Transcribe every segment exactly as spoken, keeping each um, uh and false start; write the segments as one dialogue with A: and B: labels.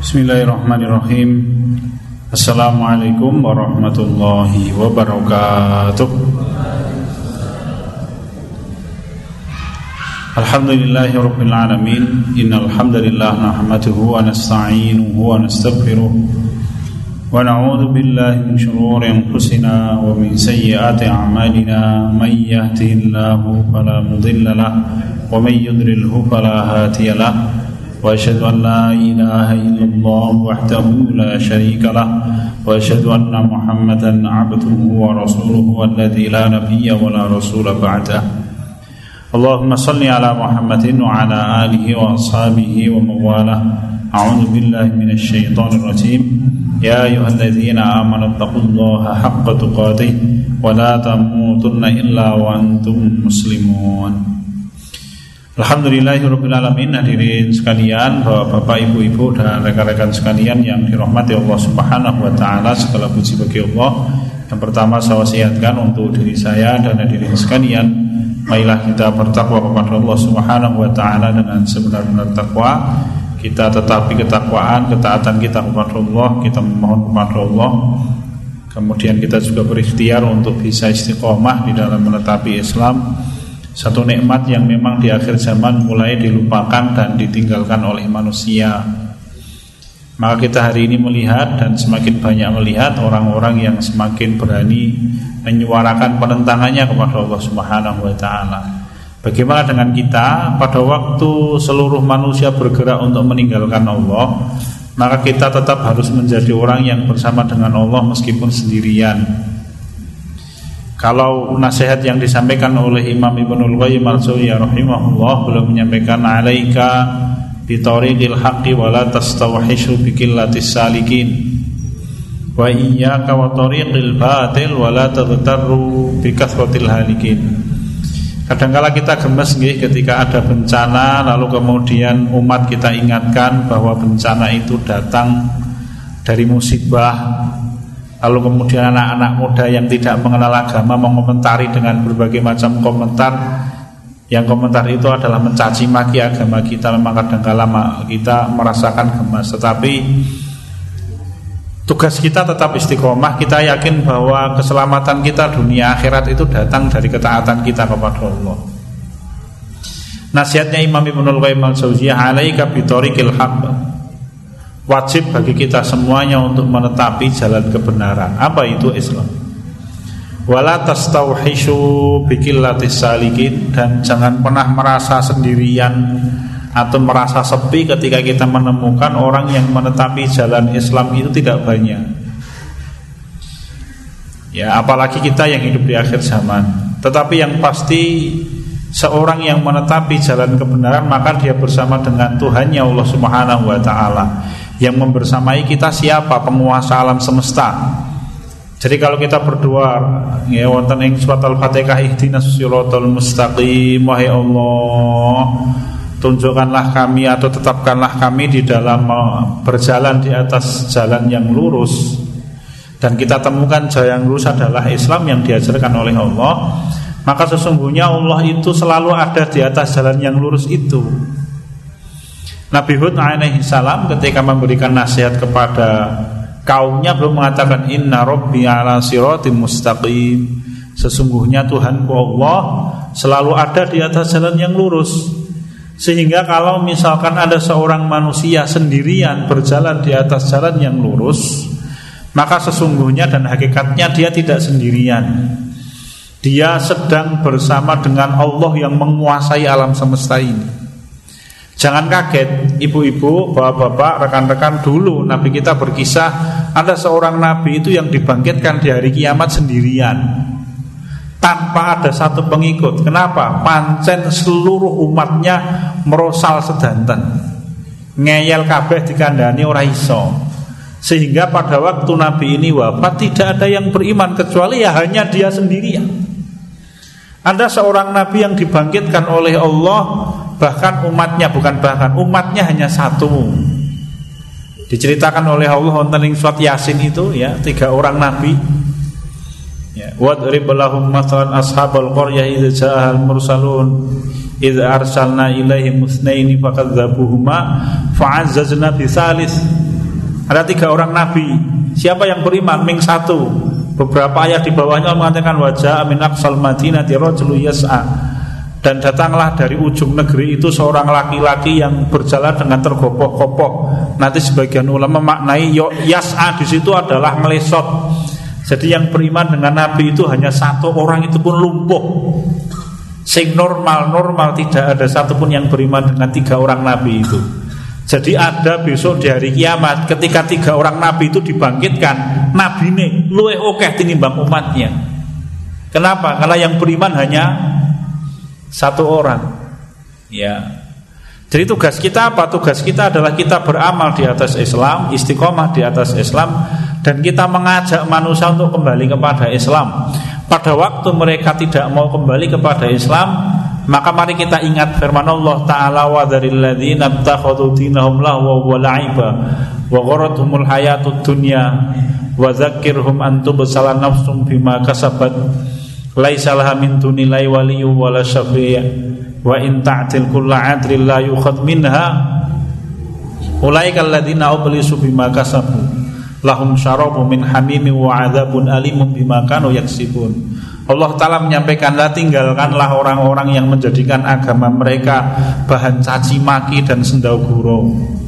A: Bismillahirrahmanirrahim. Assalamualaikum warahmatullahi wabarakatuh. Alhamdulillahi rabbil alamin. Innal hamdalillah nahmaduhu wa nasta'inuhu wa nastaghfiruh wa na'udzu billahi min shururi anfusina wa min sayyiati a'malina. May yahdihillahu fala mudilla lahu wa may yudlilhu fala hadiya lahu. وأشهد أن لا إله إلا الله وحده لا شريك له وأشهد أن محمدا عبده ورسوله الذي لا نبي ولا رسول بعده. اللهم صل على محمد وعلى آله وأصحابه ومن والاه. أعوذ بالله من الشيطان الرجيم. يا أيها الذين آمنوا اتقوا الله حق تقاته ولا تموتن إلا وأنتم مسلمون. Alhamdulillahirabbil alamin. Hadirin sekalian, Bapak, Ibu-ibu dan rekan-rekan sekalian yang dirahmati Allah Subhanahu wa taala, segala puji bagi Allah. Yang pertama saya wasiatkan untuk diri saya dan hadirin sekalian, marilah kita bertakwa kepada Allah Subhanahu wa taala dengan sebenar-benar takwa. Kita tetapi ketakwaan, ketaatan kita kepada Allah, kita memohon kepada Allah. Kemudian kita juga berikhtiar untuk bisa istiqomah di dalam menetapi Islam. Satu nikmat yang memang di akhir zaman mulai dilupakan dan ditinggalkan oleh manusia. Maka kita hari ini melihat dan semakin banyak melihat orang-orang yang semakin berani menyuarakan penentangannya kepada Allah Subhanahu wa taala. Bagaimana dengan kita pada waktu seluruh manusia bergerak untuk meninggalkan Allah, maka kita tetap harus menjadi orang yang bersama dengan Allah meskipun sendirian. Kalau nasihat yang disampaikan oleh Imam Ibnul Qayyim al-Jauziyah rahimahullah, beliau menyampaikan alaika bi tariqil haqqi wa la tastawhishu bi qillatis salikin wa iyyaka wa tariqil batil wa la taghtarru bi kathratil halikin. Kadangkala kita gemes nggih ketika ada bencana, lalu kemudian umat kita ingatkan bahwa bencana itu datang dari musibah. Lalu kemudian anak-anak muda yang tidak mengenal agama mengomentari dengan berbagai macam komentar. Yang komentar itu adalah mencaci maki agama kita. Memang kadang-kala kita merasakan gemas, tetapi tugas kita tetap istiqomah. Kita yakin bahwa keselamatan kita dunia akhirat itu datang dari ketaatan kita kepada Allah. Nasihatnya Imam Ibnul Qayyim al-Jauziyah, alaika bi tariqil haqq. Wajib bagi kita semuanya untuk menetapi jalan kebenaran. Apa itu Islam? Wala tastawhishu biqillatis salikin. Dan jangan pernah merasa sendirian atau merasa sepi ketika kita menemukan orang yang menetapi jalan Islam itu tidak banyak. Ya, apalagi kita yang hidup di akhir zaman. Tetapi yang pasti, seorang yang menetapi jalan kebenaran maka dia bersama dengan Tuhannya Allah Subhanahu wa taala. Yang membersamai kita siapa? Penguasa alam semesta. Jadi kalau kita berdoa ya wonten ing surat Al-Fatihah, ihdinas siratal mustaqim, wahai Allah, tunjukkanlah kami atau tetapkanlah kami di dalam berjalan di atas jalan yang lurus. Dan kita temukan jalan yang lurus adalah Islam yang diajarkan oleh Allah. Maka sesungguhnya Allah itu selalu ada di atas jalan yang lurus itu. Nabi Hud alaihi salam ketika memberikan nasihat kepada kaumnya belum mengatakan inna rabbi ala siratim mustaqim. Sesungguhnya Tuhanku Allah selalu ada di atas jalan yang lurus. Sehingga kalau misalkan ada seorang manusia sendirian berjalan di atas jalan yang lurus, maka sesungguhnya dan hakikatnya dia tidak sendirian. Dia sedang bersama dengan Allah yang menguasai alam semesta ini. Jangan kaget ibu-ibu, bapak-bapak, rekan-rekan, dulu Nabi kita berkisah ada seorang Nabi itu yang dibangkitkan di hari kiamat sendirian tanpa ada satu pengikut. Kenapa? Pancen seluruh umatnya merosal sedanten, ngeyel kabeh dikandani ora iso. Sehingga pada waktu Nabi ini wafat tidak ada yang beriman kecuali ya hanya dia sendirian. Ada seorang Nabi yang dibangkitkan oleh Allah, bahkan umatnya bukan bahkan umatnya hanya satu. Diceritakan oleh Allah wonten ing surat Yasin itu ya, tiga orang nabi. Ya, wadrib lahum mathalan ashabal qaryah idza ja'al mursalun idza arsalna ilaihim musnaini fakadzabuhuma fa'azzazna bi tsalits Ada tiga orang nabi. Siapa yang beriman? Ming satu. Beberapa ayat di bawahnya mengatakan wajah min aqsal madinati rajulun yas'a. Dan datanglah dari ujung negeri itu seorang laki-laki yang berjalan dengan tergopoh-gopoh. Nanti sebagian ulama memaknai yas'a di situ adalah melesot. Jadi yang beriman dengan nabi itu hanya satu orang, itu pun lumpuh. Sing normal-normal tidak ada satupun yang beriman dengan tiga orang nabi itu. Jadi ada besok di hari kiamat ketika tiga orang nabi itu dibangkitkan, nabi ini luwih akeh tinimbang umatnya. Kenapa? Karena yang beriman hanya satu orang. Ya. Jadi tugas kita apa? Tugas kita adalah kita beramal di atas Islam, istiqomah di atas Islam, dan kita mengajak manusia untuk kembali kepada Islam. Pada waktu mereka tidak mau kembali kepada Islam, maka mari kita ingat firman Allah Ta'ala, wa dzaril ladzina ittakhadhu dinahum lahwa wa la'iba wa gharratuhumul hayatud dunya wa dzakkirhum an tubsala nafsum bima kasabat laisa laha min dunillahi waliyyun wala syafi' wa in ta'til kullu 'adlin la yukhad minha ulaikal ladzina ublisu bima kasabu lahum syarabu min hamimin wa 'adzabun alimun bima kanu yaksibun. Allah Ta'ala menyampaikanlah, tinggalkanlah orang-orang yang menjadikan agama mereka bahan caci maki dan sendau gurau.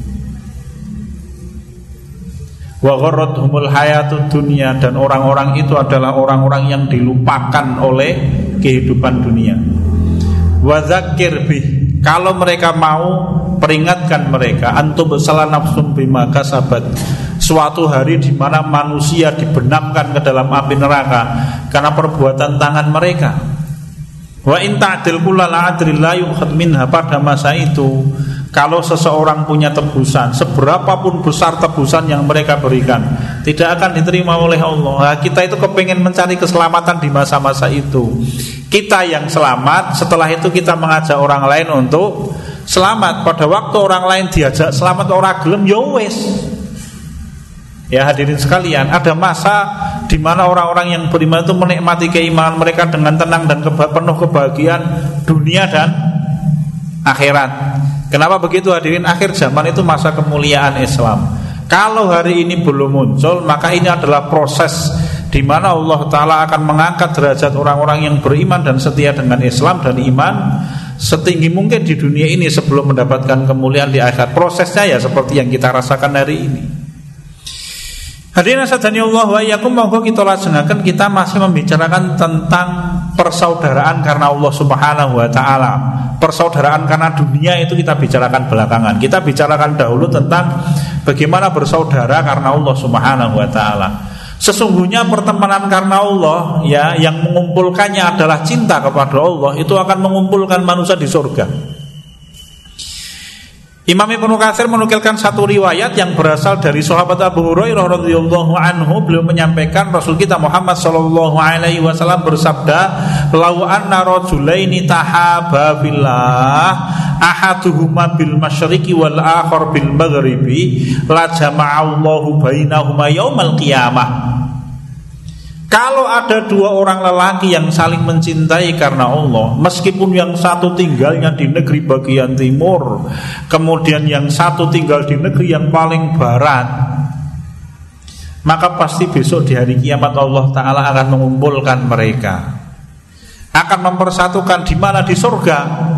A: Wa gharrathumul hayatud dunya, dan orang-orang itu adalah orang-orang yang dilupakan oleh kehidupan dunia. Wa dzakir bih, kalau mereka mau peringatkan mereka, antum salah nafsum bima kasabat, suatu hari di mana manusia dibenamkan ke dalam api neraka karena perbuatan tangan mereka. Wa in ta'dil kullal 'adlin la yukhad minha, pada masa itu kalau seseorang punya tebusan, seberapapun besar tebusan yang mereka berikan, tidak akan diterima oleh Allah. Nah, kita itu kepingin mencari keselamatan di masa-masa itu. Kita yang selamat, setelah itu kita mengajak orang lain untuk selamat. Pada waktu orang lain diajak selamat orang gelem, ya wis. Ya hadirin sekalian, ada masa di mana orang-orang yang beriman itu menikmati keimanan mereka dengan tenang dan keba- penuh kebahagiaan dunia dan akhirat. Kenapa begitu hadirin? Akhir zaman itu masa kemuliaan Islam. Kalau hari ini belum muncul, maka ini adalah proses di mana Allah Ta'ala akan mengangkat derajat orang-orang yang beriman dan setia dengan Islam dan iman setinggi mungkin di dunia ini sebelum mendapatkan kemuliaan di akhirat. Prosesnya ya seperti yang kita rasakan hari ini. Hadirin sadani Allah wa iyyakum, monggo kita lajengaken, kita masih membicarakan tentang persaudaraan karena Allah Subhanahu wa taala. Persaudaraan karena dunia itu kita bicarakan belakangan. Kita bicarakan dahulu tentang bagaimana bersaudara karena Allah Subhanahu wa taala. Sesungguhnya pertemanan karena Allah, ya, yang mengumpulkannya adalah cinta kepada Allah, itu akan mengumpulkan manusia di surga. Imam Ibnu Katsir menukilkan satu riwayat yang berasal dari sahabat Abu Hurairah radhiyallahu anhu. Beliau menyampaikan Rasul kita Muhammad sallallahu alaihi wasallam bersabda, "Lau anna rajulaini tahaba billah, ahaduhuma bil masyriqi wal akhar bil maghribi, la jama'allahu bainahuma yaumal qiyamah." Kalau ada dua orang lelaki yang saling mencintai karena Allah, meskipun yang satu tinggalnya di negeri bagian timur, kemudian yang satu tinggal di negeri yang paling barat, maka pasti besok di hari kiamat Allah Ta'ala akan mengumpulkan mereka, akan mempersatukan di mana? Di surga.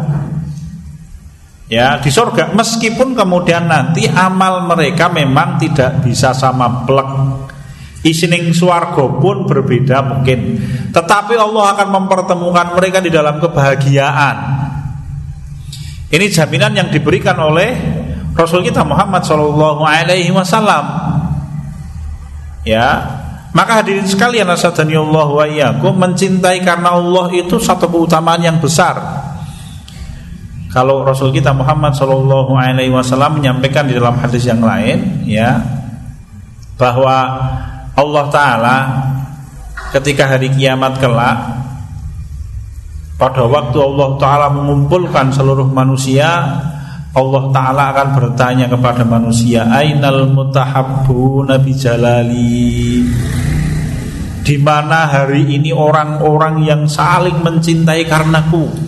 A: Ya, di surga. Meskipun kemudian nanti amal mereka memang tidak bisa sama plek, isining swarga pun berbeda mungkin, tetapi Allah akan mempertemukan mereka di dalam kebahagiaan. Ini jaminan yang diberikan oleh Rasul kita Muhammad sallallahu alaihi wasallam. Ya, maka hadirin sekalian asadani Allah wa iyyakum, mencintai karena Allah itu satu keutamaan yang besar. Kalau Rasul kita Muhammad sallallahu alaihi wasallam menyampaikan di dalam hadis yang lain, ya, bahwa Allah Ta'ala ketika hari kiamat kelak, pada waktu Allah Ta'ala mengumpulkan seluruh manusia, Allah Ta'ala akan bertanya kepada manusia, Ainal mutahabbuna bijalali, di mana hari ini orang-orang yang saling mencintai karenaku.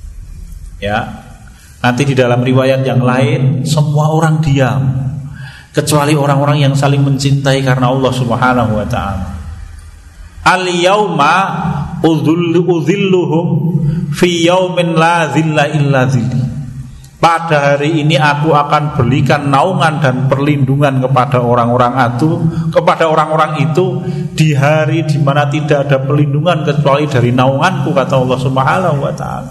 A: Ya, nanti di dalam riwayat yang lain semua orang diam. kecuali orang-orang yang saling mencintai karena Allah Subhanahu wa taala. Al-yauma udhilluhum fi yaumin la dhilla illa dhilli. Pada hari ini aku akan berikan naungan dan perlindungan kepada orang-orang itu, kepada orang-orang itu di hari di mana tidak ada perlindungan kecuali dari naunganku, kata Allah Subhanahu wa taala.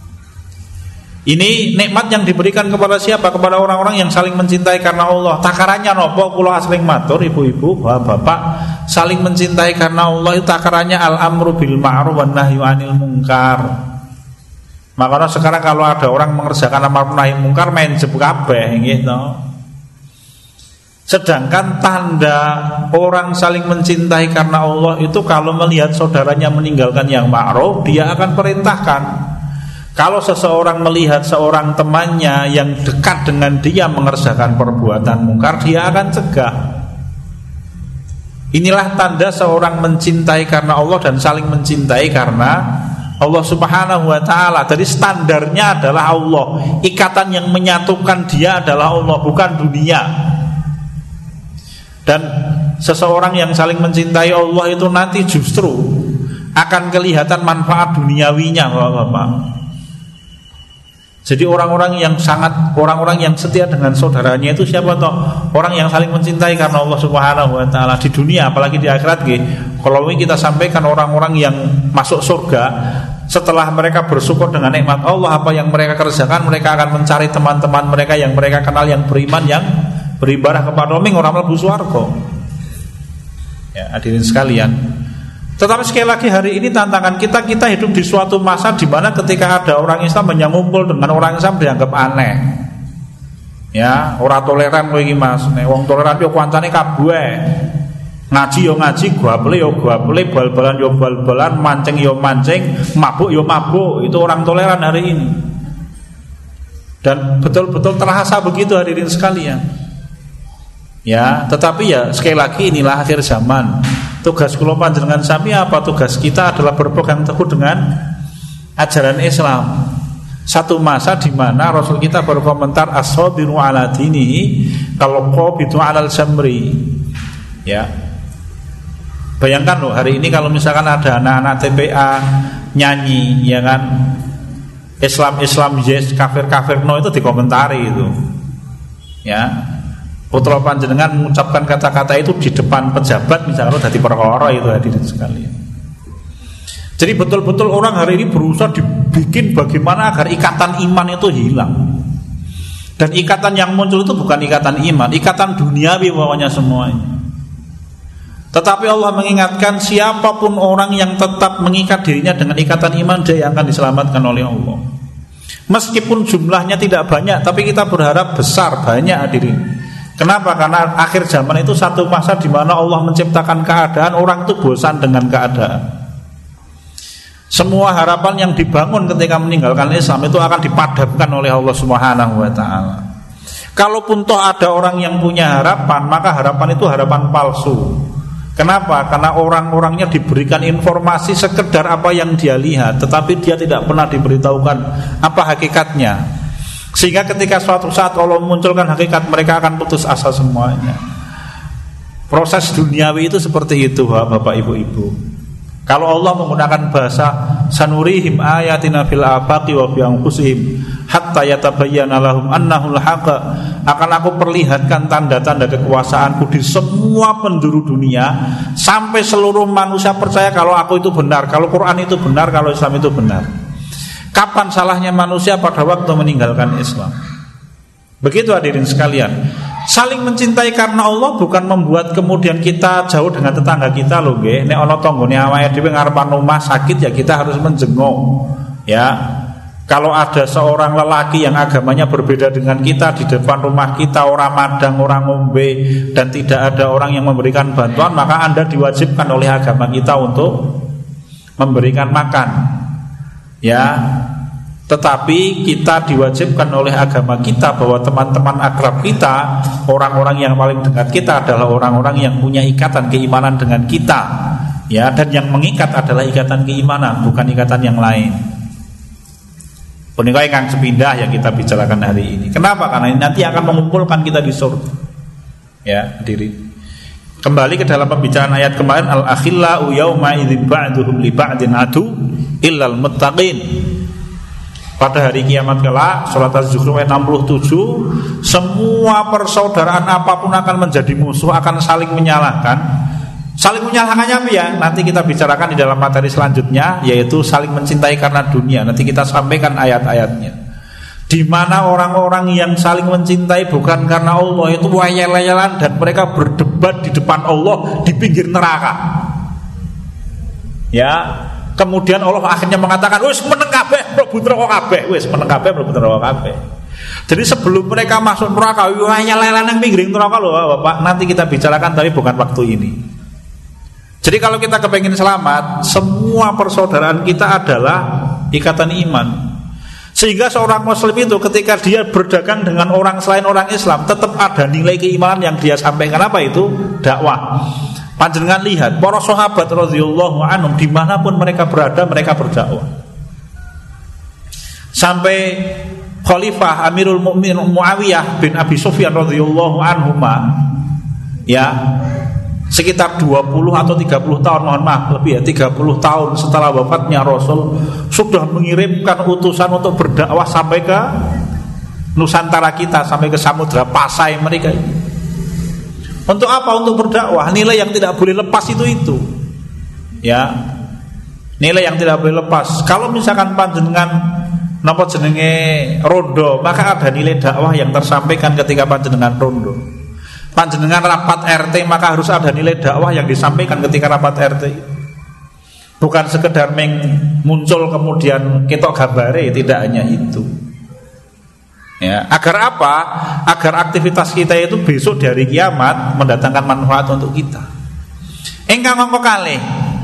A: Ini nikmat yang diberikan kepada siapa? Kepada orang-orang yang saling mencintai karena Allah. Takarannya nopo kula asring matur ibu-ibu, bapak-bapak, saling mencintai karena Allah itu takarannya al-amru bil ma'ruf wan nahyu 'anil munkar. Makanya sekarang kalau ada orang mengerjakan amar nahi munkar main jeb kabeh gitu. Sedangkan tanda orang saling mencintai karena Allah itu kalau melihat saudaranya meninggalkan yang ma'ruf, dia akan perintahkan. Kalau seseorang melihat seorang temannya yang dekat dengan dia mengerjakan perbuatan mungkar, dia akan cegah. Inilah tanda seorang mencintai karena Allah dan saling mencintai karena Allah Subhanahu wa taala. Jadi standarnya adalah Allah. Ikatan yang menyatukan dia adalah Allah, bukan dunia. Dan seseorang yang saling mencintai Allah itu nanti justru akan kelihatan manfaat duniawinya, Bapak-bapak. Jadi orang-orang yang sangat orang-orang yang setia dengan saudaranya itu siapa toh? Orang yang saling mencintai karena Allah Subhanahu wa taala di dunia, apalagi di akhirat nggih. Kalau ini kita sampaikan orang-orang yang masuk surga setelah mereka bersyukur dengan nikmat Allah, apa yang mereka kerjakan, mereka akan mencari teman-teman mereka yang mereka kenal yang beriman, yang beribadah kepada Allah, orang mlebu swarga. Ya, hadirin sekalian. Tetapi sekali lagi hari ini tantangan kita, kita hidup di suatu masa di mana ketika ada orang Islam yang ngumpul dengan orang Islam dianggap aneh. Ya, ora toleran kowe iki Mas. Nek wong toleran yo kancane kabeh. Ngaji yo ngaji, guaple yo guaple, bal-balan yo bal-balan, mancing yo mancing, mabuk yo mabuk. Itu orang toleran hari ini. Dan betul-betul terasa begitu hadirin sekalian. Ya, tetapi ya sekali lagi inilah akhir zaman. Tugas kula panjenengan sami apa? Tugas kita adalah berpegang teguh dengan ajaran Islam. Satu masa di mana Rasul kita berkomentar as-sabiru ala dinihi kalau qabidu alal jamri. Ya. Bayangkan loh hari ini kalau misalkan ada anak-anak T P A nyanyi ya kan, Islam-Islam yes, kafir-kafir no itu dikomentari itu. Ya. Putra panjenengan mengucapkan kata-kata itu di depan pejabat misalnya dari perkara itu hadirin sekalian. Jadi betul-betul orang hari ini berusaha dibikin bagaimana agar ikatan iman itu hilang. Dan ikatan yang muncul itu bukan ikatan iman, ikatan duniawi bawahnya semuanya. Tetapi Allah mengingatkan siapapun orang yang tetap mengikat dirinya dengan ikatan iman, dia yang akan diselamatkan oleh Allah. Meskipun jumlahnya tidak banyak, tapi kita berharap besar, banyak hadirin. Kenapa? Karena akhir zaman itu satu masa di mana Allah menciptakan keadaan orang itu bosan dengan keadaan. Semua harapan yang dibangun ketika meninggalkan Islam itu akan dipadamkan oleh Allah Subhanahu wa taala. Kalaupun toh ada orang yang punya harapan, maka harapan itu harapan palsu. Kenapa? Karena orang-orangnya diberikan informasi sekedar apa yang dia lihat, tetapi dia tidak pernah diberitahukan apa hakikatnya. Sehingga ketika suatu saat Allah munculkan hakikat, mereka akan putus asa semuanya. Proses duniawi itu seperti itu, Bapak Ibu-ibu. Kalau Allah menggunakan bahasa sanurihim ayatina fil afaqi wa fi anfusihim hatta yatabayyana lahum annahul haqq, akan aku perlihatkan tanda-tanda kekuasaanku di semua penjuru dunia sampai seluruh manusia percaya kalau aku itu benar, kalau Quran itu benar, kalau Islam itu benar. Kapan salahnya manusia pada waktu meninggalkan Islam? Begitu hadirin sekalian. Saling mencintai karena Allah bukan membuat kemudian kita jauh dengan tetangga kita loh nggih. Nek ana tanggane awake dhewe ngarepan omah sakit ya kita harus menjenguk. Ya. Kalau ada seorang lelaki yang agamanya berbeda dengan kita di depan rumah kita, orang madang, orang ngombe dan tidak ada orang yang memberikan bantuan, maka Anda diwajibkan oleh agama kita untuk memberikan makan. Ya, tetapi kita diwajibkan oleh agama kita bahwa teman-teman akrab kita, orang-orang yang paling dekat kita adalah orang-orang yang punya ikatan keimanan dengan kita. Ya, dan yang mengikat adalah ikatan keimanan, bukan ikatan yang lain. Punika ingkang sepindah yang kita bicarakan hari ini. Kenapa? Karena ini nanti akan mengumpulkan kita di surga. Ya, diri. Kembali ke dalam pembicaraan ayat kemarin, al-akhillau yauma idzin ba'duhum li ba'din adu illal muttaqin. Pada hari kiamat kelak, surat Az-Zukhruf ayat enam puluh tujuh, semua persaudaraan apapun akan menjadi musuh, akan saling menyalahkan. Saling menyalahkannya apa ya? Nanti kita bicarakan di dalam materi selanjutnya, yaitu saling mencintai karena dunia. Nanti kita sampaikan ayat-ayatnya. Di mana orang-orang yang saling mencintai bukan karena Allah itu wayel-wayelan dan mereka berdebat di depan Allah di pinggir neraka. Ya, kemudian Allah akhirnya mengatakan, "Wis meneng kabeh mlebu neraka kabeh, wis meneng kabeh mlebu neraka kabeh." Jadi sebelum mereka masuk neraka, wayel-wayelan nang pinggir neraka loh, Bapak. Nanti kita bicarakan tapi bukan waktu ini. Jadi kalau kita kepengin selamat, semua persaudaraan kita adalah ikatan iman. Sehingga seorang muslim itu ketika dia berdagang dengan orang selain orang Islam, tetap ada nilai keimanan yang dia sampaikan. Apa itu? Dakwah. Panjenengan lihat para sahabat radhiyallahu anhum dimanapun mereka berada, mereka berdakwah. Sampai Khalifah Amirul Mukminin Muawiyah bin Abi Sufyan radhiyallahu anhuma, ya, sekitar dua puluh atau tiga puluh tahun, mohon maaf lebih ya, tiga puluh tahun setelah wafatnya Rasul, sudah mengirimkan utusan untuk berdakwah sampai ke Nusantara kita, sampai ke Samudra Pasai mereka. Untuk apa? Untuk berdakwah. Nilai yang tidak boleh lepas itu itu. Ya. Nilai yang tidak boleh lepas. Kalau misalkan panjenengan napa jenenge rondo, maka ada nilai dakwah yang tersampaikan ketika panjenengan rondo. Panjenengan rapat R T, maka harus ada nilai dakwah yang disampaikan ketika rapat R T. Bukan sekedar meng muncul kemudian ketok gambare, tidak hanya itu. Ya, agar apa? Agar aktivitas kita itu besok dari kiamat mendatangkan manfaat untuk kita. Engkang mongko kalih.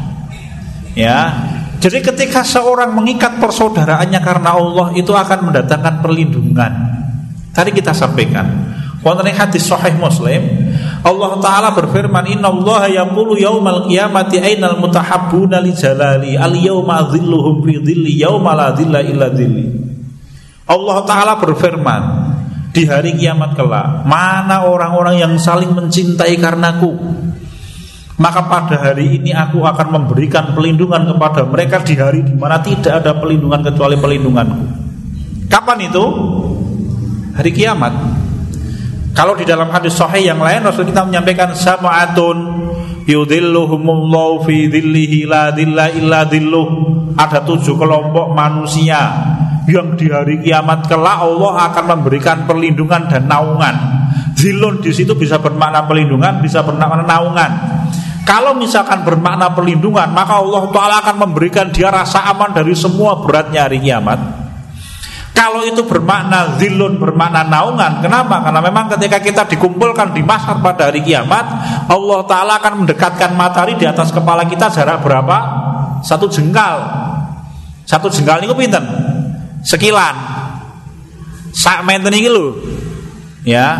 A: Ya. Jadi ketika seorang mengikat persaudaraannya karena Allah, itu akan mendatangkan perlindungan. Tadi kita sampaikan wonten ing hadis sahih Muslim, Allah taala berfirman, "Innallaha yaqulu yaumal qiyamati ainal mutahabbuna li jalali al yauma dhilluhum fi dhilli yauma la dhilla illa dhilli." Allah taala berfirman, di hari kiamat kelak, mana orang-orang yang saling mencintai karenaku, maka pada hari ini aku akan memberikan pelindungan kepada mereka di hari di mana tidak ada pelindungan kecuali pelindunganku. Kapan itu? Hari kiamat. Kalau di dalam hadis sahih yang lain, Rasul kita menyampaikan, sama'atun yudhilluhumullahu fi dhillihi la dhilla illa dhilluh. Ada tujuh kelompok manusia yang di hari kiamat kelak Allah akan memberikan perlindungan dan naungan. Zilun di situ bisa bermakna pelindungan, bisa bermakna naungan. Kalau misalkan bermakna perlindungan, maka Allah Ta'ala akan memberikan dia rasa aman dari semua beratnya hari kiamat. Kalau itu bermakna zilun, bermakna naungan, kenapa? Karena memang ketika kita dikumpulkan di mahsyar pada hari kiamat, Allah Ta'ala akan mendekatkan matahari di atas kepala kita jarak berapa? Satu jengkal. Satu jengkal ini pinten? Sekilan. Sak menten iki lho. Ya.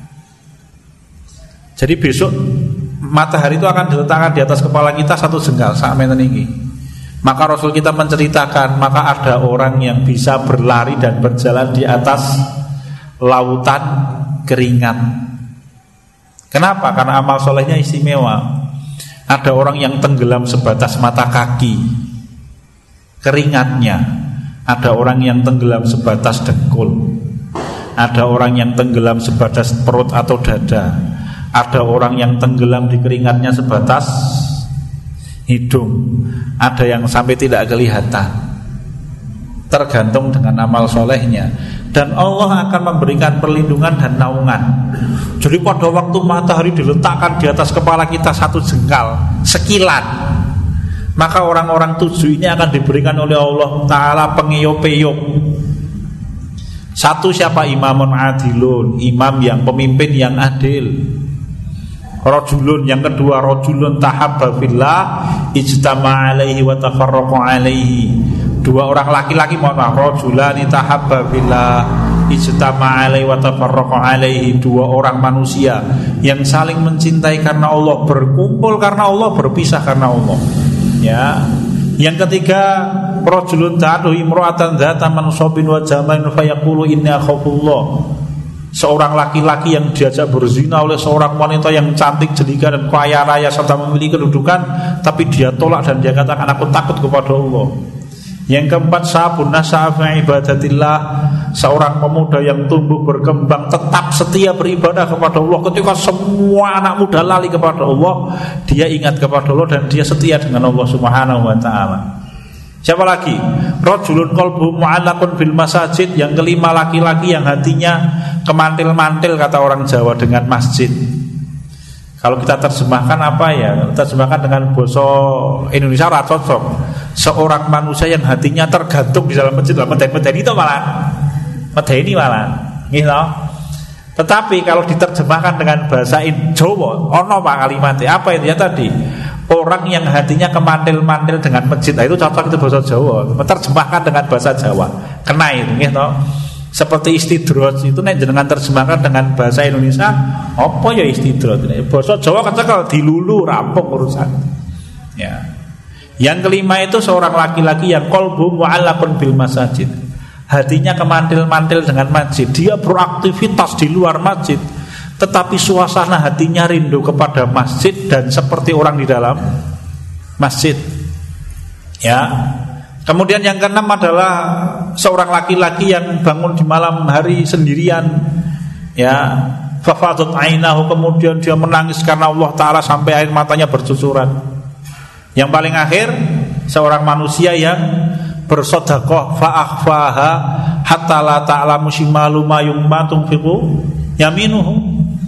A: Jadi besok matahari itu akan diletakkan di atas kepala kita satu jengkal, sak menten iki. Maka Rasul kita menceritakan, maka ada orang yang bisa berlari dan berjalan di atas lautan keringat. Kenapa? Karena amal solehnya istimewa. Ada orang yang tenggelam sebatas mata kaki, keringatnya. Ada orang yang tenggelam sebatas dengkul. Ada orang yang tenggelam sebatas perut atau dada. Ada orang yang tenggelam di keringatnya sebatas hidung. Ada yang sampai tidak kelihatan. Tergantung dengan amal solehnya. Dan Allah akan memberikan perlindungan dan naungan. Jadi pada waktu matahari diletakkan di atas kepala kita satu jengkal, sekilan, maka orang-orang tujuh ini akan diberikan oleh Allah Ta'ala pengiyup-iyup. Satu siapa? Imamun adilun, imam yang pemimpin yang adil. Rajulun, yang kedua rajulun tahabba fillah ijtama alaihi wa tafarraqa alaihi. Dua orang laki-laki, mohon maaf, rajulani tahabba fillah ijtama alaihi wa tafarraqa alaihi. Dua orang manusia yang saling mencintai karena Allah, berkumpul karena Allah, berpisah karena Allah. Ya. Yang ketiga, rajulun ta'adu imra'atan dzata mansabin wa jamalin fayaqulu inni akhafullah. seorang laki-laki yang diajak berzina oleh seorang wanita yang cantik, jelita dan kaya raya serta memiliki kedudukan, tapi dia tolak dan dia katakan aku takut kepada Allah. Yang keempat, syabun nasya'a fi ibadatillah, seorang pemuda yang tumbuh berkembang tetap setia beribadah kepada Allah. Ketika semua anak muda lali kepada Allah, dia ingat kepada Allah dan dia setia dengan Allah Subhanahu wa taala. Siapa lagi? Rajulun qalbuhu mu'allaqun bil masajid. Yang kelima, laki-laki yang hatinya kemantil-mantil, kata orang Jawa, dengan masjid. Kalau kita terjemahkan apa ya? Terjemahkan dengan bahasa Indonesia ora cocok. Seorang manusia yang hatinya tergantung di dalam masjid, lah medeni itu malah medeni malah. Nggih to? Tetapi kalau diterjemahkan dengan bahasa Jawa, ono Pak kalimatnya apa itu ya tadi? Orang yang hatinya kemantil-mantil dengan masjid, nah itu cocok, itu bahasa Jawa. Terjemahkan dengan bahasa Jawa, kena itu, nggih to? Seperti istidroj itu nek jenengan terjemahkan dengan bahasa Indonesia, apa ya istidroj? Bahasa Jawa kata dilulu rampung urusan. Ya. Yang kelima itu seorang laki-laki yang qalbu mu'allaqun bil masajid. Hatinya kemantil-mantil dengan masjid. Dia beraktivitas di luar masjid, tetapi suasana hatinya rindu kepada masjid dan seperti orang di dalam masjid. Ya. Kemudian yang keenam adalah seorang laki-laki yang bangun di malam hari sendirian, ya, fafadat ainahu, kemudian dia menangis karena Allah Ta'ala sampai air matanya bercucuran. Yang paling akhir, seorang manusia yang bersedekah fa'akhfaha hatta la ta'lamu shimalu ma yumma tunfiqu yaminuhu.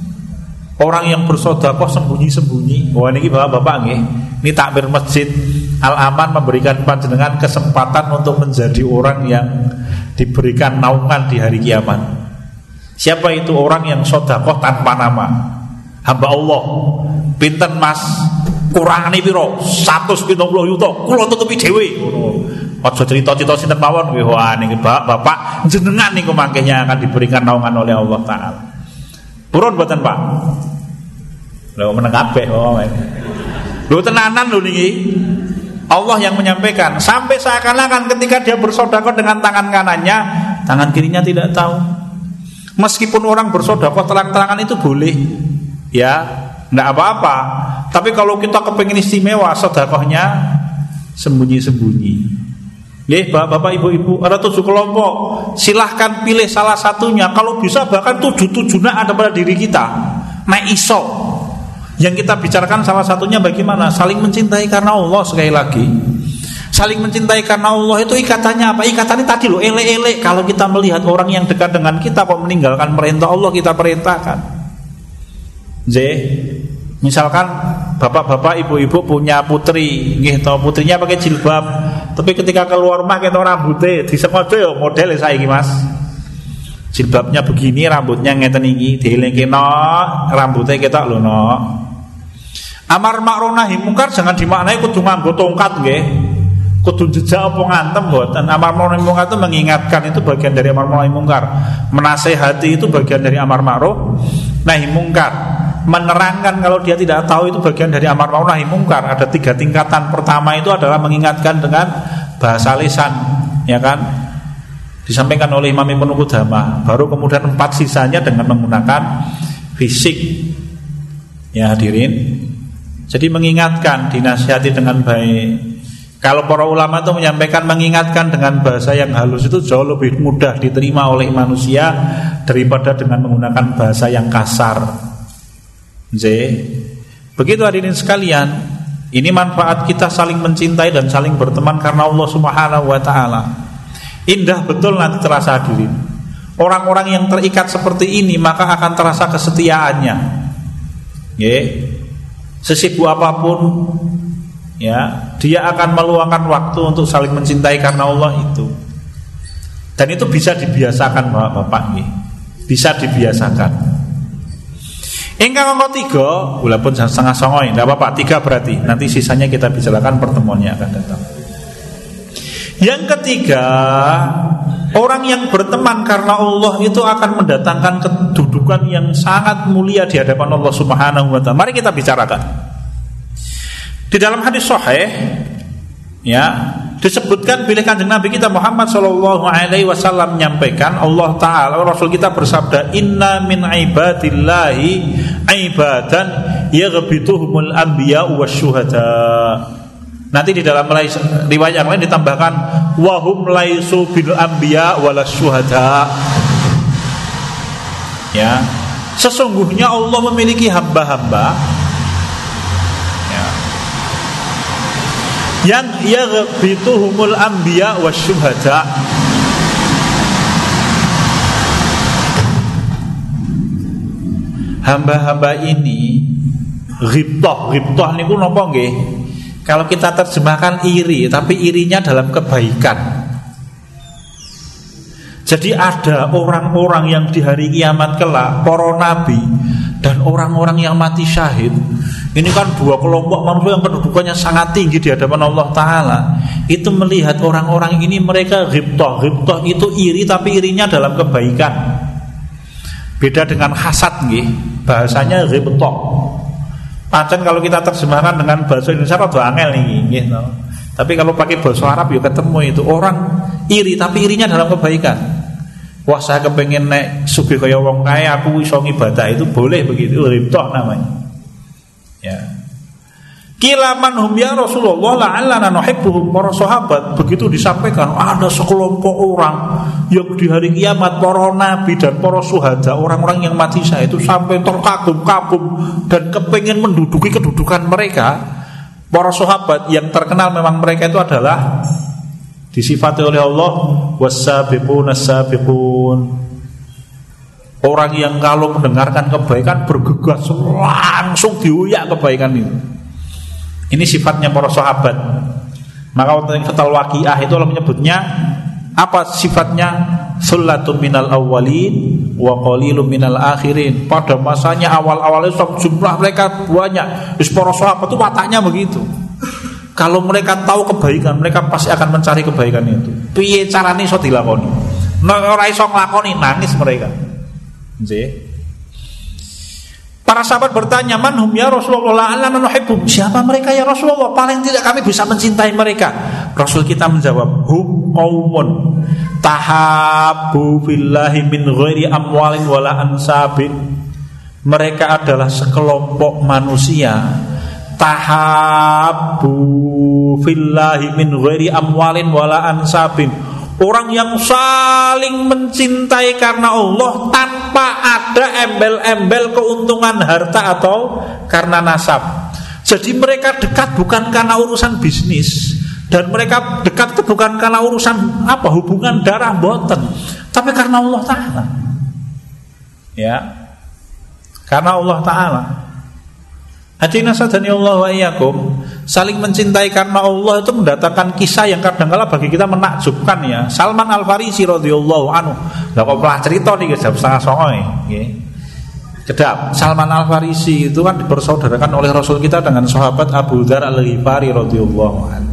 A: Orang yang bersedekah sembunyi-sembunyi. Wah niki bapak-bapak nggih, ini takmir masjid Al-Aman memberikan panjenengan kesempatan untuk menjadi orang yang diberikan naungan di hari kiamat. Siapa itu? Orang yang sedekah tanpa nama. Hamba Allah, pinten Mas? Kurangane piro? seratus pitung puluh juta. Kula tutupi dhewe. Aja cerita-cerita sinten mawon nggih. Wah niki Bapak jenengan niku mangkehnya akan diberikan naungan oleh Allah Taala. Purun mboten, Pak? Lho meneng kabeh kok. Lho tenanan lho niki. Allah yang menyampaikan. Sampai seakan-akan ketika dia bersedekah dengan tangan kanannya, tangan kirinya tidak tahu. Meskipun orang bersedekah terang-terangan itu boleh, ya, tidak apa-apa. Tapi kalau kita kepengin istimewa, sedekahnya sembunyi-sembunyi. Nggih, Bapak Ibu-ibu, ada tujuh kelompok. Silahkan pilih salah satunya. Kalau bisa bahkan tujuh-tujuhnya ada pada diri kita. Nah iso. Yang kita bicarakan salah satunya bagaimana? Saling mencintai karena Allah. Sekali lagi, saling mencintai karena Allah itu ikatannya apa? Ikatannya tadi loh, elek-elek. Kalau kita melihat orang yang dekat dengan kita kok meninggalkan perintah Allah, kita perintahkan. J, misalkan bapak-bapak, ibu-ibu punya putri, nggih to, putrinya pakai jilbab, tapi ketika keluar rumah kita rambutnya disengaja ya model saiki Mas. Jilbabnya begini, rambutnya ngeten iki, dielingkeno rambutnya kita lho no. Amar ma'ruf nahi mungkar jangan dimaknai kudu nganggo tongkat nggih. Kudu jejak apa ngantem mboten. Amar ma'ruf nahi mungkar itu mengingatkan, itu bagian dari amar ma'ruf nahi mungkar. Menasehati itu bagian dari amar ma'ruf nahi mungkar. Menerangkan kalau dia tidak tahu itu bagian dari amar ma'ruf nahi mungkar. Ada tiga tingkatan. Pertama itu adalah mengingatkan dengan bahasa lisan, ya kan? Disampaikan oleh Imam Ibnu Qudamah. Baru kemudian empat sisanya dengan menggunakan fisik. Ya hadirin. Jadi mengingatkan, dinasihati dengan baik. Kalau para ulama itu menyampaikan mengingatkan dengan bahasa yang halus itu jauh lebih mudah diterima oleh manusia daripada dengan menggunakan bahasa yang kasar. J. Begitu hadirin sekalian, ini manfaat kita saling mencintai dan saling berteman karena Allah Subhanahu wa taala. Indah betul nanti terasa hadirin. Orang-orang yang terikat seperti ini maka akan terasa kesetiaannya. Nggih. Sesibuk apapun, ya, dia akan meluangkan waktu untuk saling mencintai karena Allah itu. Dan itu bisa dibiasakan Bapak-bapak nggih. Bisa dibiasakan. Ingkang nomor tiga, walaupun setengah songoy, tidak apa-apa, tiga berarti. Nanti sisanya kita bicarakan pertemuannya akan datang. Yang ketiga, orang yang berteman karena Allah itu akan mendatangkan kedudukan yang sangat mulia di hadapan Allah Subhanahu wa taala. Mari kita bicarakan. Di dalam hadis sahih, ya, disebutkan bila Kanjeng Nabi kita Muhammad sallallahu alaihi wasallam menyampaikan, Allah Ta'ala, Rasul kita bersabda, inna min ibadillahi ibadan yaghbituhumul anbiya wasyuhada. Nanti di dalam riwayat yang lain ditambahkan wahum laisu bil anbiya walasyuhada. Ya, sesungguhnya Allah memiliki hamba-hamba yang yaghbituhumul anbiya wasyuhada. Hamba-hamba ini ghibtah, ghibtah niku napa nggih? Kalau kita terjemahkan iri, tapi irinya dalam kebaikan. Jadi ada orang-orang yang di hari kiamat kelak, para nabi dan orang-orang yang mati syahid. Ini kan dua kelompok manusia yang kedudukannya sangat tinggi di hadapan Allah Ta'ala. Itu melihat orang-orang ini mereka ghibtah. Ghibtah itu iri, tapi irinya dalam kebaikan. Beda dengan hasad nggih, bahasanya ghibtah. Pancen kalau kita terjemahkan dengan bahasa Indonesia rada angel niki nggih no. Tapi kalau pakai bahasa Arab ya ketemu itu orang iri tapi irinya dalam kebaikan. Wah, saya kepengen nek sugih kaya wong kaya aku iso ngibadah, itu boleh begitu, ghibtah namanya. Ya. Kila manhum ya Rasulullah la'allana nuhibbuhum. Para sahabat begitu disampaikan, ada sekelompok orang yang di hari kiamat, para nabi dan para syuhada, orang-orang yang mati syahid itu sampai terkagum-kagum dan kepingin menduduki kedudukan mereka. Para sahabat yang terkenal memang mereka itu adalah disifati oleh Allah was-sabiqun as-sabiqun. Orang yang kalau mendengarkan kebaikan bergegas langsung diuyak kebaikan itu. Ini sifatnya para sahabat. Maka waktu Fathul Waqiah itu Allah menyebutnya apa sifatnya? Sullatun minal awwalin wa qalilun minal akhirin. Pada masanya awal-awalnya jumlah mereka banyak. Terus para sahabat itu wataknya begitu. Kalau mereka tahu kebaikan, mereka pasti akan mencari kebaikan itu. Piye carane iso dilakoni? Nek ora iso nglakoni nangis mereka. Para sahabat bertanya, manhum ya Rasulullah la'allana nuhibbum. Siapa mereka ya Rasulullah? Paling tidak kami bisa mencintai mereka. Rasul kita menjawab, hum qaumun tahabbu billahi min ghairi amwalin wala ansabin. Mereka adalah sekelompok manusia tahabbu billahi min ghairi amwalin wala ansabin. Orang yang saling mencintai karena Allah tanpa ada embel-embel keuntungan harta atau karena nasab. Jadi mereka dekat bukan karena urusan bisnis, dan mereka dekat itu bukan karena urusan apa hubungan darah boten, tapi karena Allah Ta'ala. Ya, karena Allah Ta'ala. Hadirin sadani Allah wa iyyakum, saling mencintai karena Allah itu mendatangkan kisah yang kadang-kala bagi kita menakjubkan ya. Salman Al-Farisi radhiyallahu anhu. Lah kok pelah cerita niki jam setengah songo nggih. Kedap, Salman Al-Farisi itu kan dipersaudarakan oleh Rasul kita dengan sahabat Abu Dzar Al-Ghifari radhiyallahu anhu.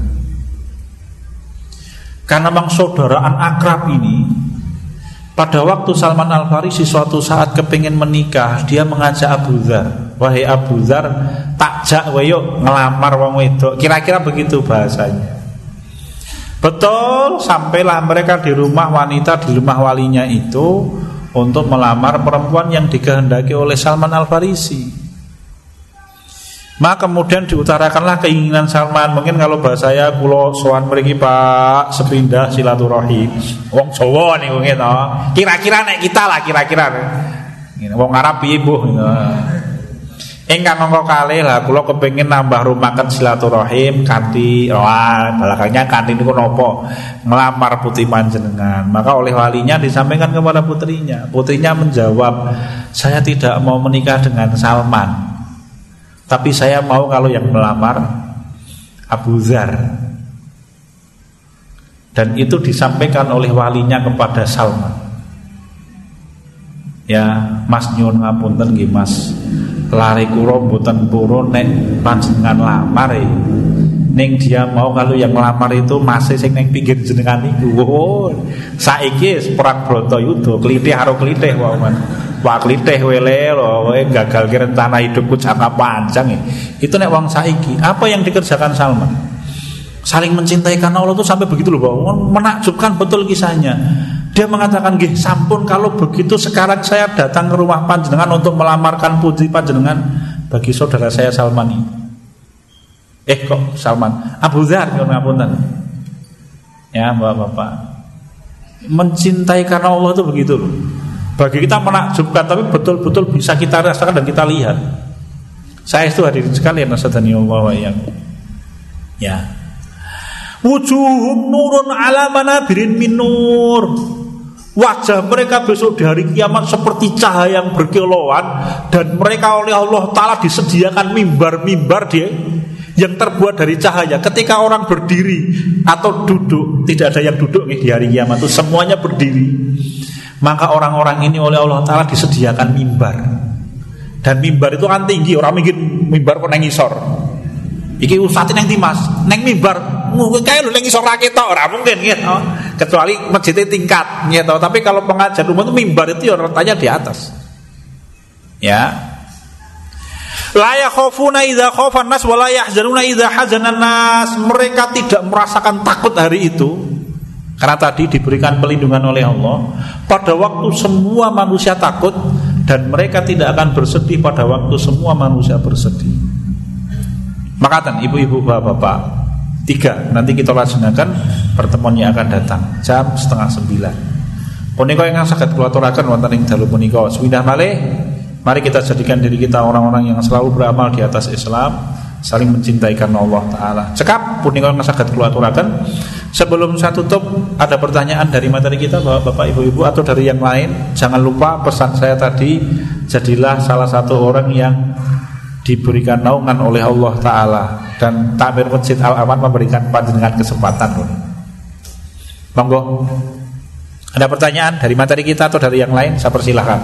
A: Karena memang saudaraan akrab ini, pada waktu Salman Al-Farisi suatu saat kepingin menikah, dia mengajak Abu Dzar, wahai Abu Dzar, takjak wae yuk ngelamar wong wedok. Kira-kira begitu bahasanya. Betul, sampailah mereka di rumah wanita, di rumah walinya itu untuk melamar perempuan yang dikehendaki oleh Salman Al-Farisi. Maka kemudian diutarakanlah keinginan Salman. Mungkin kalau bahasa saya kula sowan mriki Pak sepindah silaturahim. Wong Jawa niku ngene. Kira-kira nek kita lah kira-kira. Wong Arab piye mbuh. Ingkang mongko kalih lah kula kepengin nambah rumaken silaturahim kanthi wah belakangnya kanthi niku napa? Ngelamar putri panjenengan. Maka oleh walinya disampaikan kepada putrinya. Putrinya menjawab, "Saya tidak mau menikah dengan Salman. Tapi saya mau kalau yang melamar Abu Dzar." Dan itu disampaikan oleh walinya kepada Salman. Ya, Mas nyuwun ngapunten nggih Mas. Lari kula mboten purun nek panjenengan lamar e. Ning dia mau kalau yang melamar itu masih sing ning pinggir jenengan niku. Oh, saiki wis perang Bratayuda, klithih karo klithih wae. Wah klithih wele lho, kowe gagal ki rencana hidupku jangka panjang. Itu nek wong saiki, apa yang dikerjakan Salman? saling mencintai karena Allah itu sampai begitu loh, Bang. Menakjubkan betul kisahnya. Dia mengatakan, "Nggih, sampun kalau begitu sekarang saya datang ke rumah panjenengan untuk melamarkan putri panjenengan bagi saudara saya Salman ini." Eh kok Salman? Abu Dzar, ngapunten. Ya, Bapak-bapak. Mencintai karena Allah itu begitu loh. Bagi kita menakjubkan, tapi betul-betul bisa kita rasakan dan kita lihat. Saya itu hadirin sekalian, nasadani Allah wa iyyakum. Ya. Wujuhum nurun ala manabirin min nur. Wajah mereka besok di hari kiamat seperti cahaya yang berkilauan, dan mereka oleh Allah Ta'ala disediakan mimbar-mimbar dia yang terbuat dari cahaya. Ketika orang berdiri atau duduk, tidak ada yang duduk nih di hari kiamat itu, semuanya berdiri. Maka orang-orang ini oleh Allah Ta'ala disediakan mimbar. Dan mimbar itu kan tinggi, orang mungkin mimbar kok nang ngisor. Iki usate nang Timas, nang mimbar kayak lu nang ngisor ra ketok, ora mungkin gitu. Kecuali masjidnya tingkat gitu. Tapi kalau pengajian umum itu mimbar itu ya rentanya di atas. Ya. La yakhafuna idza khafa an-nas wa la yahzanuna idza hazana an-nas. Mereka tidak merasakan takut hari itu karena tadi diberikan pelindungan oleh Allah. Pada waktu semua manusia takut, dan mereka tidak akan bersedih pada waktu semua manusia bersedih. Makatan ibu-ibu bapak-bapak, tiga nanti kita laksanakan pertemuan yang akan datang jam setengah sembilan. Punika yang saged kula aturaken wonten ing dalu punika swidah malih. Mari kita jadikan diri kita orang-orang yang selalu beramal di atas Islam, saling mencintai karena Allah Ta'ala. Cekap punika yang saged kula aturaken. Sebelum saya tutup, ada pertanyaan dari materi kita bapak ibu-ibu atau dari yang lain? Jangan lupa pesan saya tadi, jadilah salah satu orang yang diberikan naungan oleh Allah Ta'ala. Dan Takmir Masjid Al-Aman memberikan panjenengan kesempatan. Monggo. Ada pertanyaan dari materi kita atau dari yang lain? Saya persilahkan.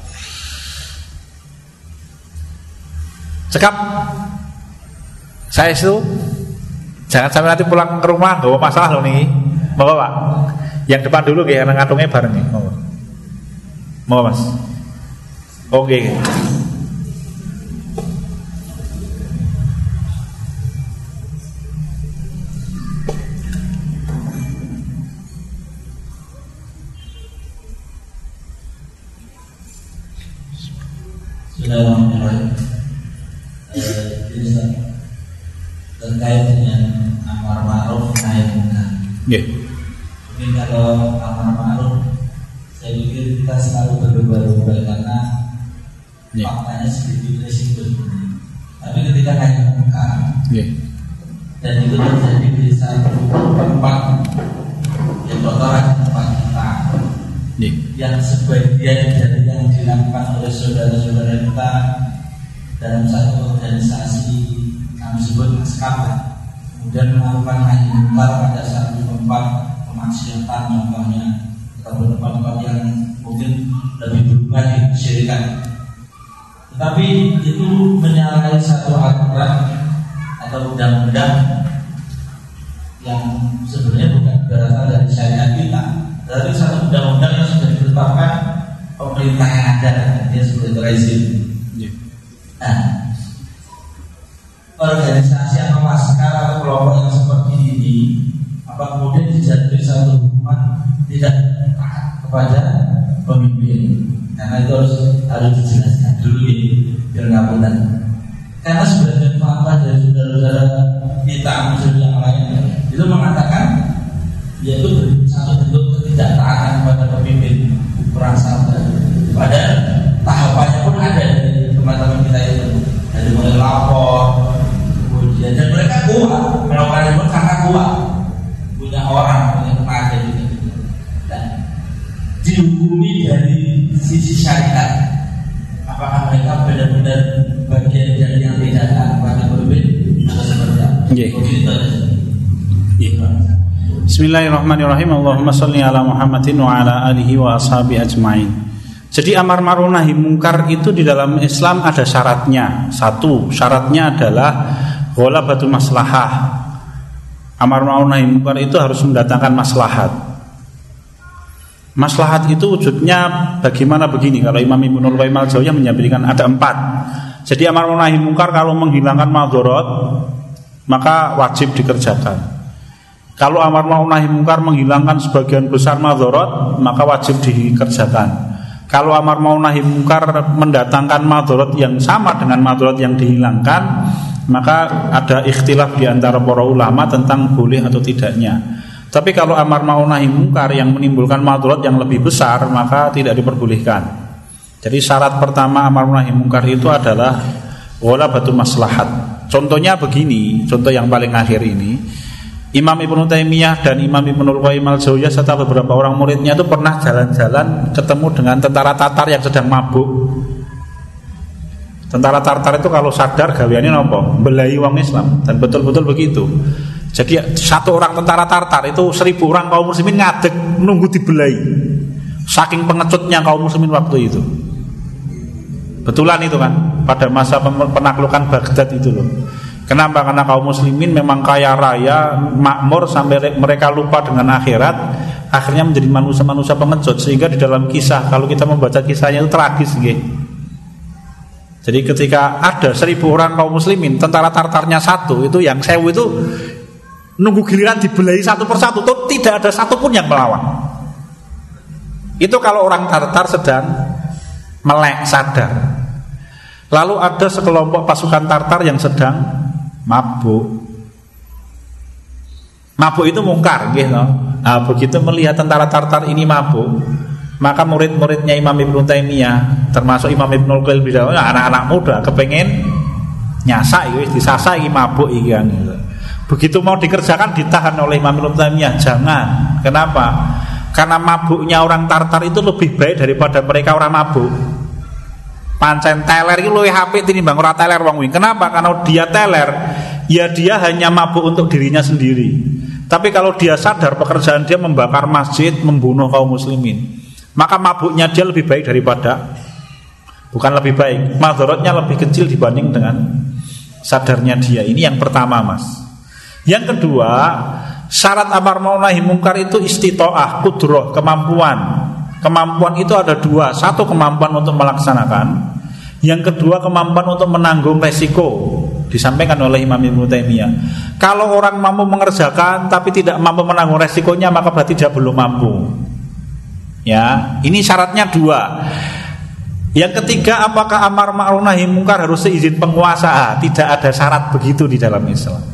A: Cekap. Saya itu jangan sampai nanti pulang ke rumah bawa masalah loh nih. Monggo Pak. Yang depan dulu kayak ngadungnya bareng nih. Monggo. Monggo Mas. Oke. Okay.
B: Bismillahirrahmanirrahim. Ini terkait dengan amar ma'ruf nahi munkar.
A: Yeah.
B: Mungkin kalau amar ma'ruf, saya pikir kita selalu berubah-ubah karena yeah. faktanya sedikit resiko. Tapi ketika nahi munkar, yeah. dan itu terjadi di satu tempat yang kotoran tempat kita. Yeah. Yang sebagian dari yang dilakukan oleh saudara-saudara kita dalam satu organisasi kami sebut maskapai, kemudian melakukan nahi munkar pada satu tempat kemaksiatan contohnya, atau tempat-tempat yang mungkin lebih berubah di kesyirikan. Tetapi itu menyalahi satu aturan atau undang-undang yang sebenarnya bukan berasal dari syariat kita, dari satu undang-undang yang sudah ditetapkan pemerintah yang ada, dia sebagai rezim. Nah, organisasi atau maskar atau kelompok yang seperti ini, apa kemudian dijatuhi satu hukuman tidak taat kepada pemimpin? Karena itu harus harus dijelaskan dulu ini biar nggak benar. Karena sebagian fakta dari saudara-saudara kita muslim yang lain itu mengatakan yaitu satu bentuk ketidaktaatan kepada pemimpin perang sabar. Padahal tahapannya pun ada dari teman-teman kita itu, dari mulai lapor, kemudian dan mereka kuat melakukan itu karena kuat, punya orang, punya tenaga gitu. Dan dihukumi dari sisi syariat, apakah mereka benar-benar bagian dari yang tidak taat kepada pemimpin atau seperti apa?
A: Bismillahirrahmanirrahim. Allahumma sholli ala Muhammadin wa ala alihi wa ashabi ajma'in. Jadi amar ma'ruf nahi munkar itu di dalam Islam ada syaratnya. Satu, syaratnya adalah ghalabatul maslahah. Amar ma'ruf nahi munkar itu harus mendatangkan maslahat. Maslahat itu wujudnya bagaimana begini. Kalau Imam Ibnul Qayyim al-Jauziyah menyebutkan ada empat. Jadi amar ma'ruf nahi munkar kalau menghilangkan madharat maka wajib dikerjakan. Kalau amar ma'ruf nahi mungkar menghilangkan sebagian besar madharat, maka wajib dikerjakan. Kalau amar ma'ruf nahi mungkar mendatangkan madharat yang sama dengan madharat yang dihilangkan, maka ada ikhtilaf di antara para ulama tentang boleh atau tidaknya. Tapi kalau amar ma'ruf nahi mungkar yang menimbulkan madharat yang lebih besar, maka tidak diperbolehkan. Jadi syarat pertama amar ma'ruf nahi mungkar itu adalah ghalabatu maslahat. Contohnya begini, contoh yang paling akhir ini, Imam Ibnu Taimiyah dan Imam Ibnul Qayyim al-Jauziyah serta beberapa orang muridnya itu pernah jalan-jalan ketemu dengan tentara Tatar yang sedang mabuk. Tentara Tatar itu kalau sadar gaweane napa? Mbelahi wong Islam, dan betul-betul begitu. Jadi satu orang tentara Tatar itu seribu orang kaum muslimin ngadeg nunggu dibelahi. Saking pengecutnya kaum muslimin waktu itu. Betulan itu kan pada masa penaklukan Baghdad itu loh. Kenapa? Karena kaum muslimin memang kaya raya, makmur sampai mereka lupa dengan akhirat, akhirnya menjadi manusia-manusia pengecut. Sehingga di dalam kisah, kalau kita membaca kisahnya itu tragis gitu. Jadi ketika ada seribu orang kaum muslimin, tentara Tartarnya satu, itu yang sewu itu nunggu giliran dibelahi satu persatu, tuh tidak ada satupun yang melawan. Itu kalau orang Tartar sedang melek sadar. Lalu ada sekelompok pasukan Tartar yang sedang mabuk. Mabuk itu mungkar gitu. Nah, begitu melihat tentara Tartar ini mabuk, maka murid-muridnya Imam Ibnu Taimiyah, termasuk Imam Ibnul Qayyim, anak-anak muda kepengen nyasak iki disasa iki mabuk iki kan gitu. Begitu mau dikerjakan ditahan oleh Imam Ibnu Taimiyah, jangan. Kenapa? Karena mabuknya orang Tartar itu lebih baik daripada mereka orang mabuk. Pancen teler iki luwih apik tinimbang ora teler wong wingi. Kenapa? Karena dia teler, ya dia hanya mabuk untuk dirinya sendiri. Tapi kalau dia sadar pekerjaan dia membakar masjid, membunuh kaum muslimin, maka mabuknya dia lebih baik daripada, bukan lebih baik, madharatnya lebih kecil dibanding dengan sadarnya dia. Ini yang pertama, Mas. Yang kedua, syarat amar ma'ruf nahi mungkar itu istitoah, kudrah, kemampuan. Kemampuan itu ada dua. Satu, kemampuan untuk melaksanakan. Yang kedua, kemampuan untuk menanggung resiko. Disampaikan oleh Imam Ibnu Taimiyah. Kalau orang mampu mengerjakan tapi tidak mampu menanggung resikonya, maka berarti dia belum mampu. Ya, ini syaratnya dua. Yang ketiga, apakah amar ma'ruf nahi mungkar harus seizin penguasa? Tidak ada syarat begitu di dalam Islam.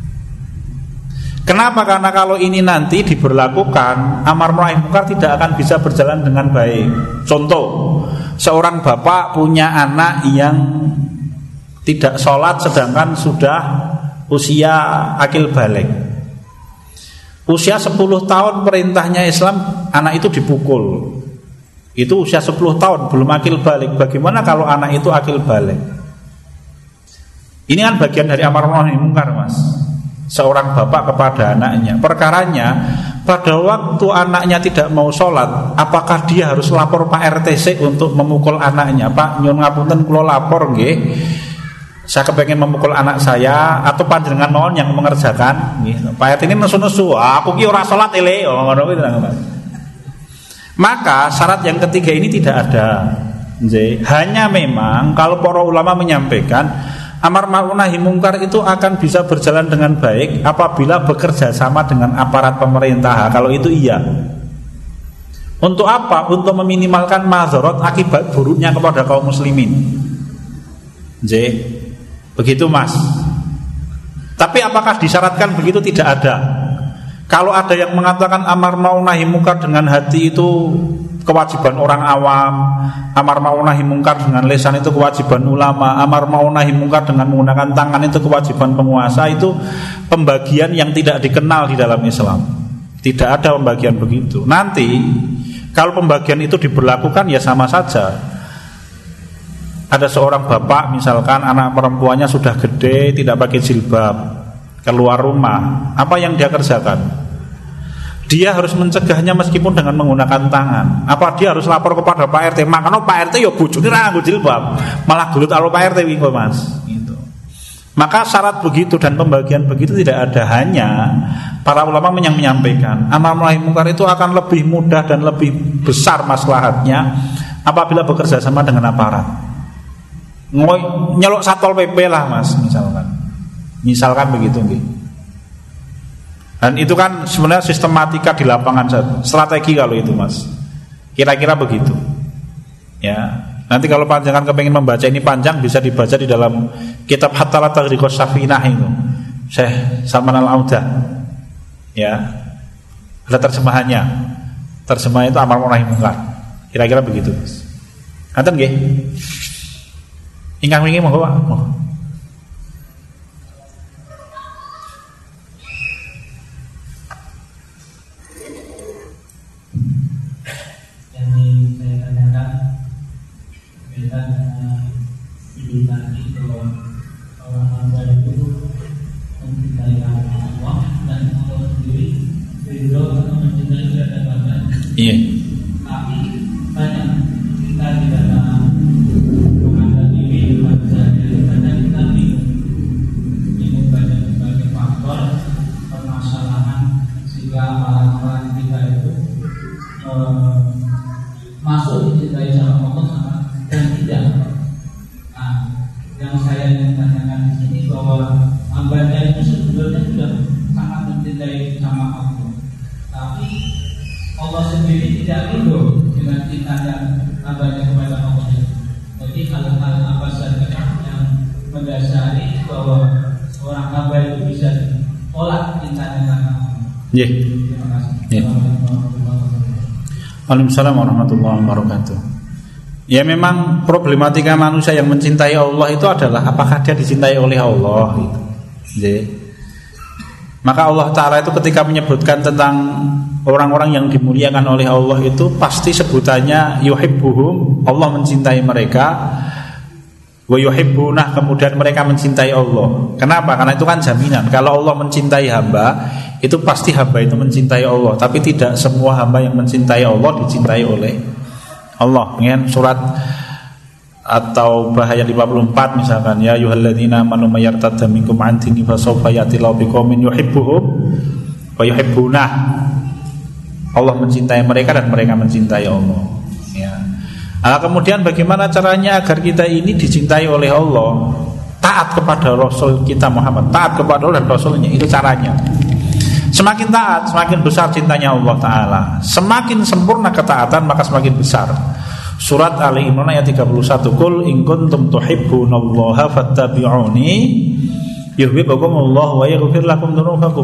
A: Kenapa? Karena kalau ini nanti diberlakukan, amar ma'ruf nahi mungkar tidak akan bisa berjalan dengan baik. Contoh, seorang bapak punya anak yang tidak sholat sedangkan sudah usia akil balik. Usia sepuluh tahun perintahnya Islam, anak itu dipukul. Itu usia sepuluh tahun belum akil balik. Bagaimana kalau anak itu akil balik? Ini kan bagian dari amar ma'ruf nahi mungkar, Mas. Seorang bapak kepada anaknya, perkaranya pada waktu anaknya tidak mau sholat, apakah dia harus lapor Pak R T C untuk memukul anaknya? Pak, nyun ngapunten kula lapor nggih, saya kepengen memukul anak saya, atau panjenengan mawon yang mengerjakan nggih. Pak R T ini nesu-nesu, aku ki ora sholat ele, ngono kuwi. Maka syarat yang ketiga ini tidak ada. Hanya memang kalau para ulama menyampaikan amar ma'ruf nahi mungkar itu akan bisa berjalan dengan baik apabila bekerja sama dengan aparat pemerintah. Kalau itu iya. Untuk apa? Untuk meminimalkan madharat akibat buruknya kepada kaum muslimin. J. Begitu, Mas. Tapi apakah disyaratkan begitu? Tidak ada. Kalau ada yang mengatakan amar ma'ruf nahi mungkar dengan hati itu kewajiban orang awam, amar ma'ruf nahi mungkar dengan lisan itu kewajiban ulama, amar ma'ruf nahi mungkar dengan menggunakan tangan itu kewajiban penguasa, itu pembagian yang tidak dikenal di dalam Islam. Tidak ada pembagian begitu. Nanti kalau pembagian itu diberlakukan ya sama saja. Ada seorang bapak misalkan anak perempuannya sudah gede, tidak pakai jilbab, keluar rumah, apa yang dia kerjakan? Dia harus mencegahnya meskipun dengan menggunakan tangan. Apa dia harus lapor kepada Pak R T? Makanya Pak R T ya bojone ra nganggo jilbab, malah gelut karo Pak R T wingi, Mas. Gitu. Maka syarat begitu dan pembagian begitu tidak ada. Hanya para ulama yang menyampaikan amar ma'ruf nahi mungkar itu akan lebih mudah dan lebih besar maslahatnya apabila bekerja sama dengan aparat. Nyelok Satpol P P lah, Mas, misalkan. Misalkan begitu nggih. Dan itu kan sebenarnya sistematika di lapangan, strategi kalau itu Mas. Kira-kira begitu. Ya. Nanti kalau panjangan kepengen membaca ini panjang, bisa dibaca di dalam kitab Hatta la Taghriqus Safinah itu, Syekh Salman Al-Auda. Ya. Ada terjemahannya. Terjemahannya itu amar ma'ruf nahi munkar. Kira-kira begitu. Ngaten nggih? Ingkang wingi monggo Pak.
B: Ini tadi bahwa orang hamba itu mencintai Allah dan Allah sendiri ridho atau mencintai kedatangan.
A: Iya.
B: Tapi banyak kita di dalam menghadapi kehidupan sehari-hari kadang kita bingung. Ini banyak sebagai faktor permasalahan sehingga orang-orang kita itu eh, masuk dicintai sama Allah sama dan tidak. Yang saya ingin tanyakan di sini bahwa hambanya itu sebenarnya sudah sangat mencintai sama Allah, tapi Allah sendiri tidak ridho dengan cintanya hambanya kepada Allah. Jadi hal-hal apa saja yang mendasari bahwa seorang hamba itu bisa tolak cintanya karena Allah.
A: Iya.
B: Terima kasih.
A: Yeah. Waalaikumsalam warahmatullahi wabarakatuh. Ya memang problematika manusia yang mencintai Allah itu adalah apakah dia dicintai oleh Allah gitu. Jadi, maka Allah Ta'ala itu ketika menyebutkan tentang orang-orang yang dimuliakan oleh Allah itu pasti sebutannya yuhibbuhum, Allah mencintai mereka, wa yuhibbunah, kemudian mereka mencintai Allah. Kenapa? Karena itu kan jaminan kalau Allah mencintai hamba, itu pasti hamba itu mencintai Allah. Tapi tidak semua hamba yang mencintai Allah dicintai oleh Allah. Dengan surat At-Taubah ayat lima puluh empat misalkan, ya ayyuhalladzina amanu may yartadda minkum an dinihi fasawfa ya'tillahu biqaumin yuhibbuhum wa yuhibbunah. Allah mencintai mereka dan mereka mencintai Allah. Ya. Nah, kemudian bagaimana caranya agar kita ini dicintai oleh Allah? Taat kepada Rasul kita Muhammad, taat kepada Allah dan Rasulnya, itu caranya. Semakin taat, semakin besar cintanya Allah Ta'ala. Semakin sempurna ketaatan, maka semakin besar. Surat Ali Imran ayat tiga puluh satu, Qul in kuntum tuhibbunallaha fattabi'uni yuhibbukumullahu wa yaghfir lakum dzunubakum.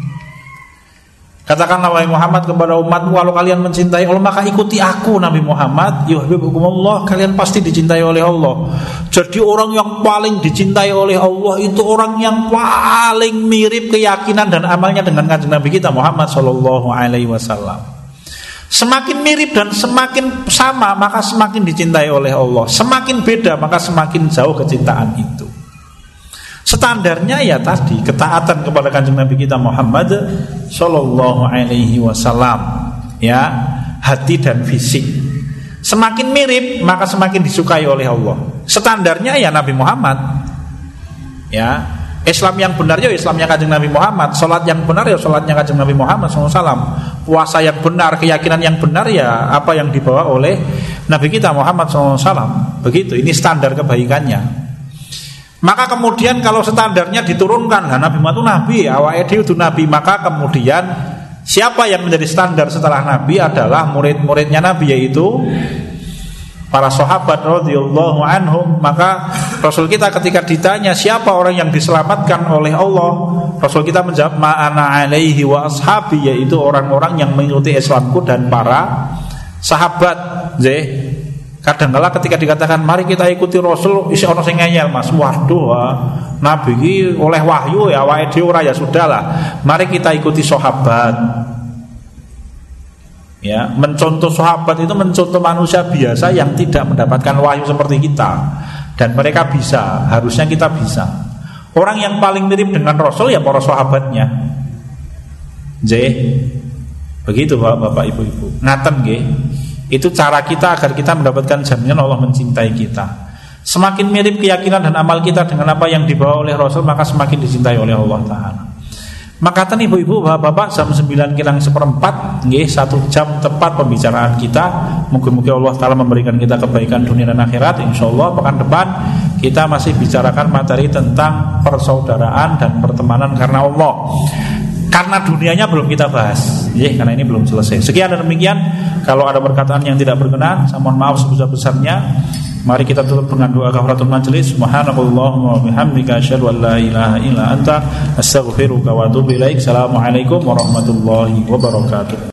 A: Katakanlah wahai Muhammad kepada umatmu, kalau kalian mencintai Allah maka ikuti aku Nabi Muhammad, yuhibbukumullah, kalian pasti dicintai oleh Allah. Jadi orang yang paling dicintai oleh Allah itu orang yang paling mirip keyakinan dan amalnya dengan kanjeng Nabi kita Muhammad sallallahu alaihi wasallam. Semakin mirip dan semakin sama maka semakin dicintai oleh Allah. Semakin beda maka semakin jauh kecintaan itu. Standarnya ya tadi ketaatan kepada kanjeng Nabi kita Muhammad sallallahu alaihi wasallam, ya, hati dan fisik. Semakin mirip maka semakin disukai oleh Allah. Standarnya ya Nabi Muhammad. Ya, Islam yang benar ya Islamnya kanjeng Nabi Muhammad, salat yang benar ya salatnya kanjeng Nabi Muhammad sallallahu alaihi wasallam. Puasa yang benar, keyakinan yang benar ya apa yang dibawa oleh Nabi kita Muhammad sallallahu alaihi wasallam. Begitu, ini standar kebaikannya. Maka kemudian kalau standarnya diturunkan, nah, Nabi Muhammad itu Nabi, awake dhewe itu Nabi, maka kemudian siapa yang menjadi standar setelah Nabi adalah murid-muridnya Nabi, yaitu para sahabat radhiyallahu anhum. Maka Rasul kita ketika ditanya siapa orang yang diselamatkan oleh Allah, Rasul kita menjawab ma'ana alaihi wa ashabi, yaitu orang-orang yang mengikuti Islamku dan para sahabat. Nggih. Kadang-kala ketika dikatakan mari kita ikuti Rasul, isi ono sing ngeyel Mas. Waduh, Nabi iki oleh wahyu ya awake dhewe ora ya sudahlah. Mari kita ikuti sahabat. Ya, mencontoh sahabat itu mencontoh manusia biasa yang tidak mendapatkan wahyu seperti kita. Dan mereka bisa, harusnya kita bisa. Orang yang paling mirip dengan Rasul ya para sahabatnya. Nggih. Begitu Bapak Ibu-ibu. Ngaten nggih. Itu cara kita agar kita mendapatkan jaminan Allah mencintai kita. Semakin mirip keyakinan dan amal kita dengan apa yang dibawa oleh Rasul, maka semakin dicintai oleh Allah Ta'ala. Maka kan ibu-ibu, bapak-bapak, jam sembilan kurang seperempat, nggih, satu jam tepat pembicaraan kita. Mungkin-mungkin Allah Ta'ala memberikan kita kebaikan dunia dan akhirat. InsyaAllah pekan depan kita masih bicarakan materi tentang persaudaraan dan pertemanan karena Allah. karena dunianya belum kita bahas, ya, karena ini belum selesai. Sekian dan demikian. Kalau ada perkataan yang tidak berkenan, saya mohon maaf sebesar-besarnya. Mari kita tutup dengan doa kafaratul majelis. Subhanakallahumma wa bihamdika asyhadu an la ilaha illa anta astaghfiruka wa atubu ilaik. Assalamualaikum warahmatullahi wabarakatuh.